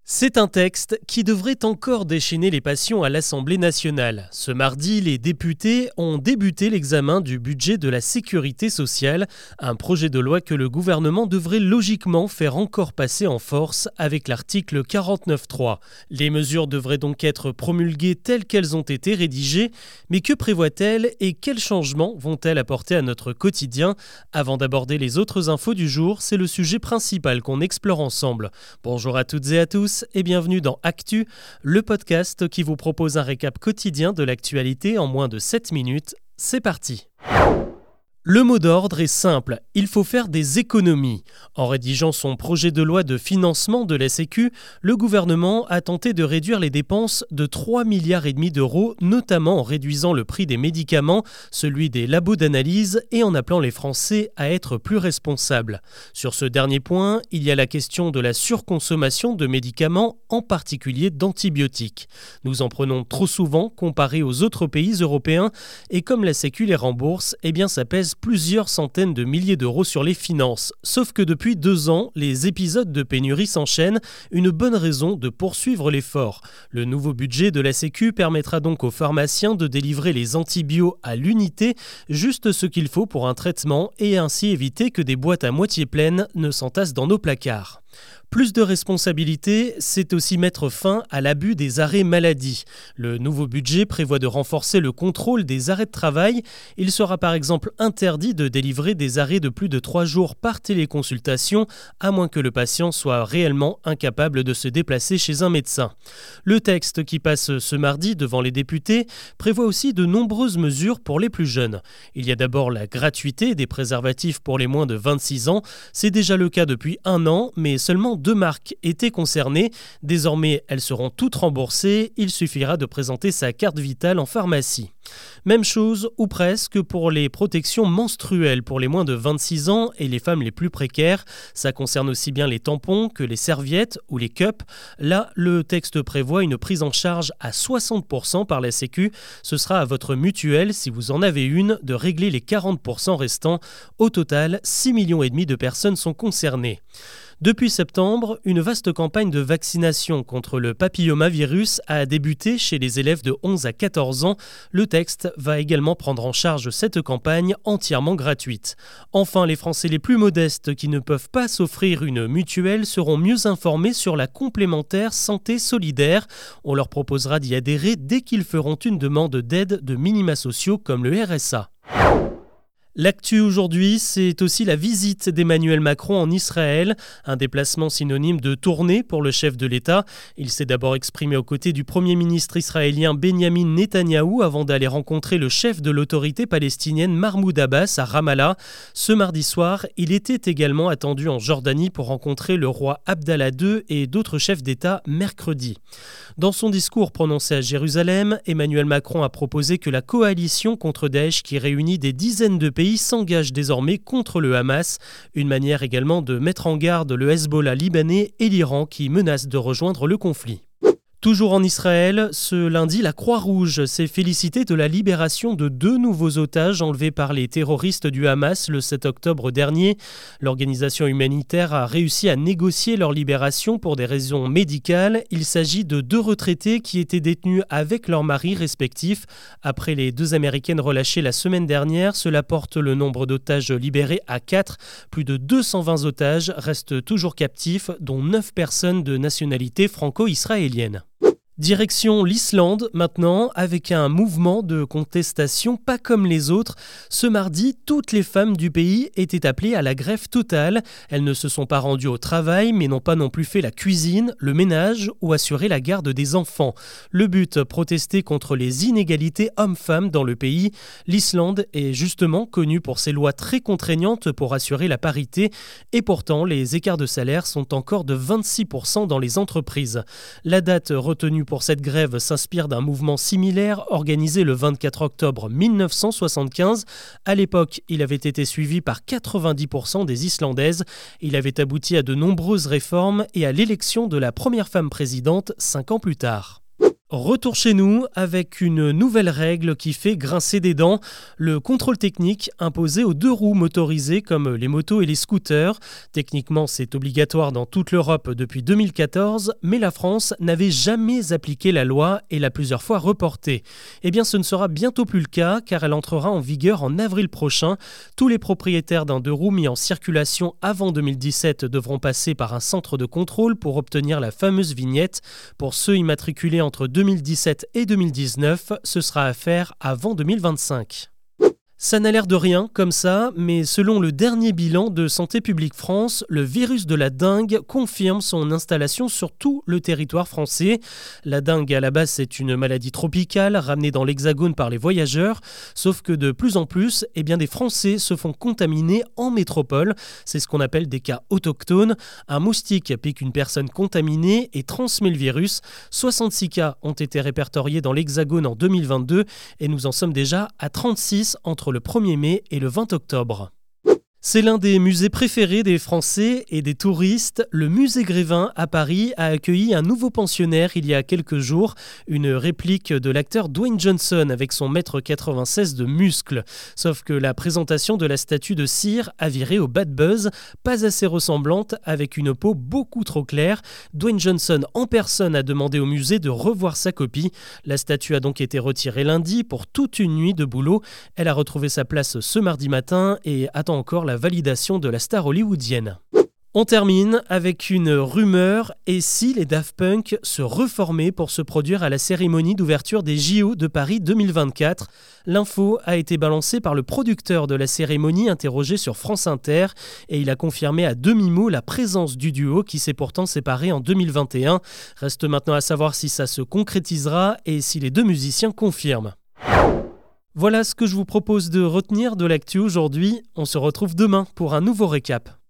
C'est un texte qui devrait encore déchaîner les passions à l'Assemblée nationale. Ce mardi, les députés ont débuté l'examen du budget de la sécurité sociale, un projet de loi que le gouvernement devrait logiquement faire encore passer en force avec l'article 49.3. Les mesures devraient donc être promulguées telles qu'elles ont été rédigées, mais que prévoient-elles et quels changements vont-elles apporter à notre quotidien ? Avant d'aborder les autres infos du jour, c'est le sujet principal qu'on explore ensemble. Bonjour à toutes et à tous. Et bienvenue dans Actu, le podcast qui vous propose un récap quotidien de l'actualité en moins de 7 minutes. C'est parti. Le mot d'ordre est simple, il faut faire des économies. En rédigeant son projet de loi de financement de la Sécu, le gouvernement a tenté de réduire les dépenses de 3,5 milliards d'euros, notamment en réduisant le prix des médicaments, celui des labos d'analyse et en appelant les Français à être plus responsables. Sur ce dernier point, il y a la question de la surconsommation de médicaments, en particulier d'antibiotiques. Nous en prenons trop souvent comparé aux autres pays européens et comme la Sécu les rembourse, ça pèse plusieurs centaines de milliers d'euros sur les finances. Sauf que depuis 2 ans, les épisodes de pénurie s'enchaînent, une bonne raison de poursuivre l'effort. Le nouveau budget de la Sécu permettra donc aux pharmaciens de délivrer les antibiotiques à l'unité, juste ce qu'il faut pour un traitement et ainsi éviter que des boîtes à moitié pleines ne s'entassent dans nos placards. Plus de responsabilité, c'est aussi mettre fin à l'abus des arrêts maladie. Le nouveau budget prévoit de renforcer le contrôle des arrêts de travail. Il sera par exemple interdit de délivrer des arrêts de plus de 3 jours par téléconsultation, à moins que le patient soit réellement incapable de se déplacer chez un médecin. Le texte qui passe ce mardi devant les députés prévoit aussi de nombreuses mesures pour les plus jeunes. Il y a d'abord la gratuité des préservatifs pour les moins de 26 ans. C'est déjà le cas depuis 1 an, mais seulement 2 marques étaient concernées. Désormais, elles seront toutes remboursées. Il suffira de présenter sa carte vitale en pharmacie. Même chose, ou presque, pour les protections menstruelles pour les moins de 26 ans et les femmes les plus précaires. Ça concerne aussi bien les tampons que les serviettes ou les cups. Là, le texte prévoit une prise en charge à 60% par la Sécu. Ce sera à votre mutuelle, si vous en avez une, de régler les 40% restants. Au total, 6,5 millions de personnes sont concernées. Depuis septembre, une vaste campagne de vaccination contre le papillomavirus a débuté chez les élèves de 11 à 14 ans. Le texte va également prendre en charge cette campagne entièrement gratuite. Enfin, les Français les plus modestes qui ne peuvent pas s'offrir une mutuelle seront mieux informés sur la complémentaire santé solidaire. On leur proposera d'y adhérer dès qu'ils feront une demande d'aide de minima sociaux comme le RSA. L'actu aujourd'hui, c'est aussi la visite d'Emmanuel Macron en Israël, un déplacement synonyme de tournée pour le chef de l'État. Il s'est d'abord exprimé aux côtés du Premier ministre israélien Benyamin Netanyahou avant d'aller rencontrer le chef de l'autorité palestinienne Mahmoud Abbas à Ramallah. Ce mardi soir, il était également attendu en Jordanie pour rencontrer le roi Abdallah II et d'autres chefs d'État mercredi. Dans son discours prononcé à Jérusalem, Emmanuel Macron a proposé que la coalition contre Daesh qui réunit des dizaines de pays s'engage désormais contre le Hamas, une manière également de mettre en garde le Hezbollah libanais et l'Iran qui menacent de rejoindre le conflit. Toujours en Israël, ce lundi, la Croix-Rouge s'est félicitée de la libération de 2 nouveaux otages enlevés par les terroristes du Hamas le 7 octobre dernier. L'organisation humanitaire a réussi à négocier leur libération pour des raisons médicales. Il s'agit de 2 retraités qui étaient détenus avec leurs maris respectifs. Après les 2 Américaines relâchées la semaine dernière, cela porte le nombre d'otages libérés à 4. Plus de 220 otages restent toujours captifs, dont 9 personnes de nationalité franco-israélienne. Direction l'Islande maintenant, avec un mouvement de contestation pas comme les autres. Ce mardi, toutes les femmes du pays étaient appelées à la grève totale. Elles ne se sont pas rendues au travail, mais n'ont pas non plus fait la cuisine, le ménage ou assuré la garde des enfants. Le but, protester contre les inégalités hommes-femmes dans le pays. L'Islande est justement connue pour ses lois très contraignantes pour assurer la parité. Et pourtant, les écarts de salaire sont encore de 26% dans les entreprises. La date retenue pour cette grève s'inspire d'un mouvement similaire organisé le 24 octobre 1975. À l'époque, il avait été suivi par 90% des Islandaises. Il avait abouti à de nombreuses réformes et à l'élection de la première femme présidente 5 ans plus tard. Retour chez nous avec une nouvelle règle qui fait grincer des dents, le contrôle technique imposé aux 2 roues motorisées comme les motos et les scooters. Techniquement, c'est obligatoire dans toute l'Europe depuis 2014, mais la France n'avait jamais appliqué la loi et l'a plusieurs fois reportée. Eh bien, ce ne sera bientôt plus le cas car elle entrera en vigueur en avril prochain. Tous les propriétaires d'un 2 roues mis en circulation avant 2017 devront passer par un centre de contrôle pour obtenir la fameuse vignette. Pour ceux immatriculés entre 2017 et 2019, ce sera à faire avant 2025. Ça n'a l'air de rien comme ça, mais selon le dernier bilan de Santé publique France, le virus de la dengue confirme son installation sur tout le territoire français. La dengue, à la base, c'est une maladie tropicale ramenée dans l'Hexagone par les voyageurs, sauf que de plus en plus, des Français se font contaminer en métropole. C'est ce qu'on appelle des cas autochtones. Un moustique pique une personne contaminée et transmet le virus. 66 cas ont été répertoriés dans l'Hexagone en 2022 et nous en sommes déjà à 36 entre le 1er mai et le 20 octobre. C'est l'un des musées préférés des Français et des touristes. Le musée Grévin à Paris a accueilli un nouveau pensionnaire il y a quelques jours, une réplique de l'acteur Dwayne Johnson avec son 1,96 m de muscles. Sauf que la présentation de la statue de cire a viré au bad buzz, pas assez ressemblante, avec une peau beaucoup trop claire. Dwayne Johnson en personne a demandé au musée de revoir sa copie. La statue a donc été retirée lundi pour toute une nuit de boulot. Elle a retrouvé sa place ce mardi matin et attend encore la validation de la star hollywoodienne. On termine avec une rumeur, et si les Daft Punk se reformaient pour se produire à la cérémonie d'ouverture des JO de Paris 2024 ? L'info a été balancée par le producteur de la cérémonie interrogé sur France Inter et il a confirmé à demi-mot la présence du duo qui s'est pourtant séparé en 2021. Reste maintenant à savoir si ça se concrétisera et si les 2 musiciens confirment. Voilà ce que je vous propose de retenir de l'actu aujourd'hui. On se retrouve demain pour un nouveau récap.